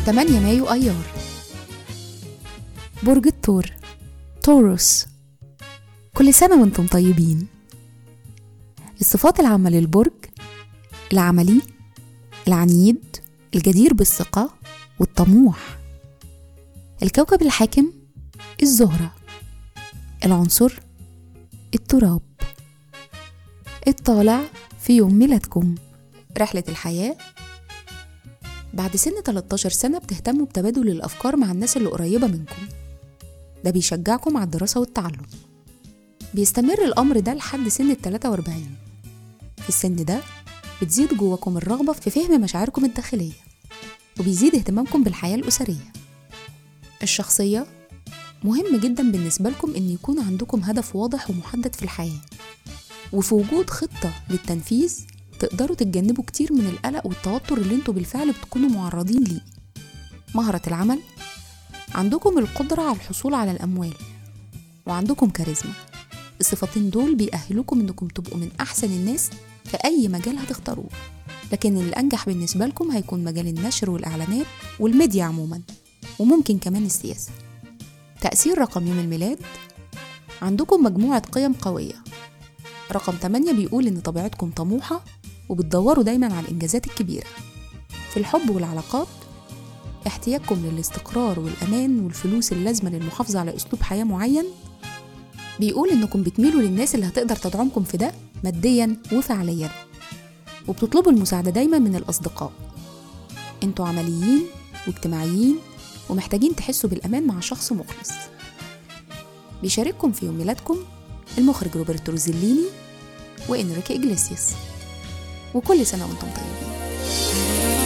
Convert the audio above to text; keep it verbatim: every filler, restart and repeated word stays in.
ثمانية مايو أيار. برج الثور، توروس. كل سنة وانتم طيبين. الصفات العامة للبرج: العملي، العنيد، الجدير بالثقة والطموح. الكوكب الحاكم الزهرة. العنصر التراب. الطالع في يوم ميلادكم. رحلة الحياة: بعد سن ثلاثة عشر سنة بتهتموا بتبادل الأفكار مع الناس اللي قريبة منكم، ده بيشجعكم على الدراسة والتعلم. بيستمر الأمر ده لحد سن الثلاثة وأربعين. في السن ده بتزيد جواكم الرغبة في فهم مشاعركم الداخلية، وبيزيد اهتمامكم بالحياة الأسرية. الشخصية: مهم جدا بالنسبة لكم إن يكون عندكم هدف واضح ومحدد في الحياة، وفي وجود خطة للتنفيذ تقدروا تتجنبوا كتير من القلق والتوتر اللي انتوا بالفعل بتكونوا معرضين ليه. مهارة العمل: عندكم القدرة على الحصول على الأموال، وعندكم كاريزما. الصفتين دول بيأهلوكم انكم تبقوا من أحسن الناس في أي مجال هتختاروه، لكن الأنجح بالنسبة لكم هيكون مجال النشر والإعلانات والميديا عموما، وممكن كمان السياسة. تأثير رقم يوم الميلاد: عندكم مجموعة قيم قوية. رقم ثمانية بيقول إن طبيعتكم طموحة وبتدوروا دايما على الإنجازات الكبيرة. في الحب والعلاقات: احتياجكم للاستقرار والأمان والفلوس اللازمة للمحافظة على أسلوب حياة معين بيقول إنكم بتميلوا للناس اللي هتقدر تدعمكم في ده ماديا وفعليا، وبتطلبوا المساعدة دايما من الأصدقاء. انتوا عمليين واجتماعيين ومحتاجين تحسوا بالأمان مع شخص مخلص. بيشارككم في يوم ميلادكم المخرج روبرتو روزيليني وإنريكي إجليسياس. وكل سنة وانتم طيبين.